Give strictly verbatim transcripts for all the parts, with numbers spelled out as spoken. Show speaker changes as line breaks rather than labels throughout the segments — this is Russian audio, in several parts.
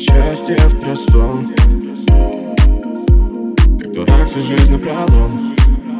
счастье в простом, как дурак всю жизнь напролом.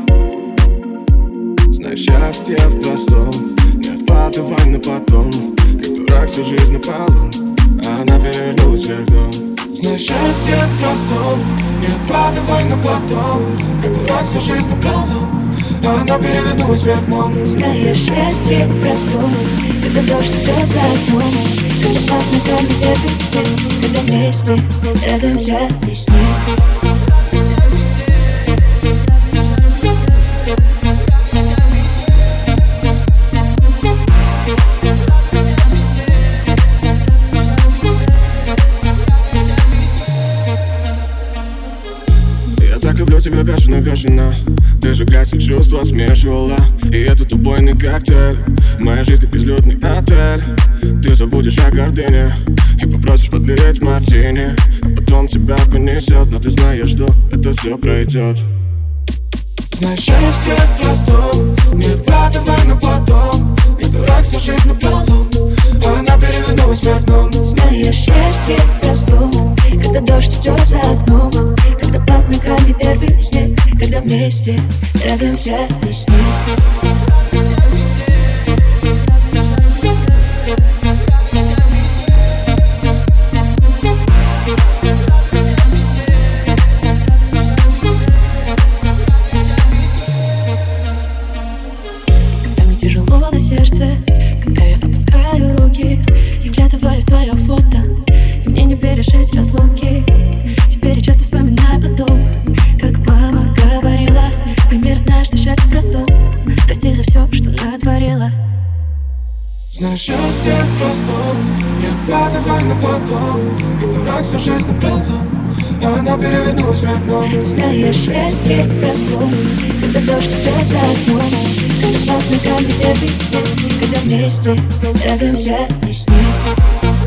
Знай счастье в простом, не откладывай на потом, как дурак всю жизнь напролом, а она перевернулась вверх дном. Знай счастье в простом, не откладывай на потом, как дурак всю жизнь напролом, а она перевернулась вверх дном.
Знай счастье в простом, когда дождь идет за окном, когда пахнет нами первый снег, когда вместе радуемся весне.
Люблю тебя бешено-бешено. Ты же грязь и чувства смешивала, и этот убойный коктейль. Моя жизнь как безлюдный отель. Ты забудешь о гордыне и попросишь подлить мартини, а потом тебя понесет, но ты знаешь, что это все пройдет. Знай счастье в простом, не откладывай на потом, и дурак всю жизнь напролом, а она перевернулась вверх дном.
Знай счастье в простом, когда дождь идет за окном, когда под ногами первый снег, когда вместе радуемся весне. Когда мне тяжело на сердце, когда я опускаю руки и вглядываюсь в твое фото, и мне не пережить разлуки. Теперь я часто вспоминаю о том, как мама говорила: пойми, родная, что счастье в простом, прости за все, что натворила.
Знай счастье в простом, не откладывай на потом, и дурак всю жизнь напролом, а она перевернулась вверх дном.
Знай счастье в простом, когда дождь идет за окном, когда под ногами первый снег, когда вместе радуемся весне.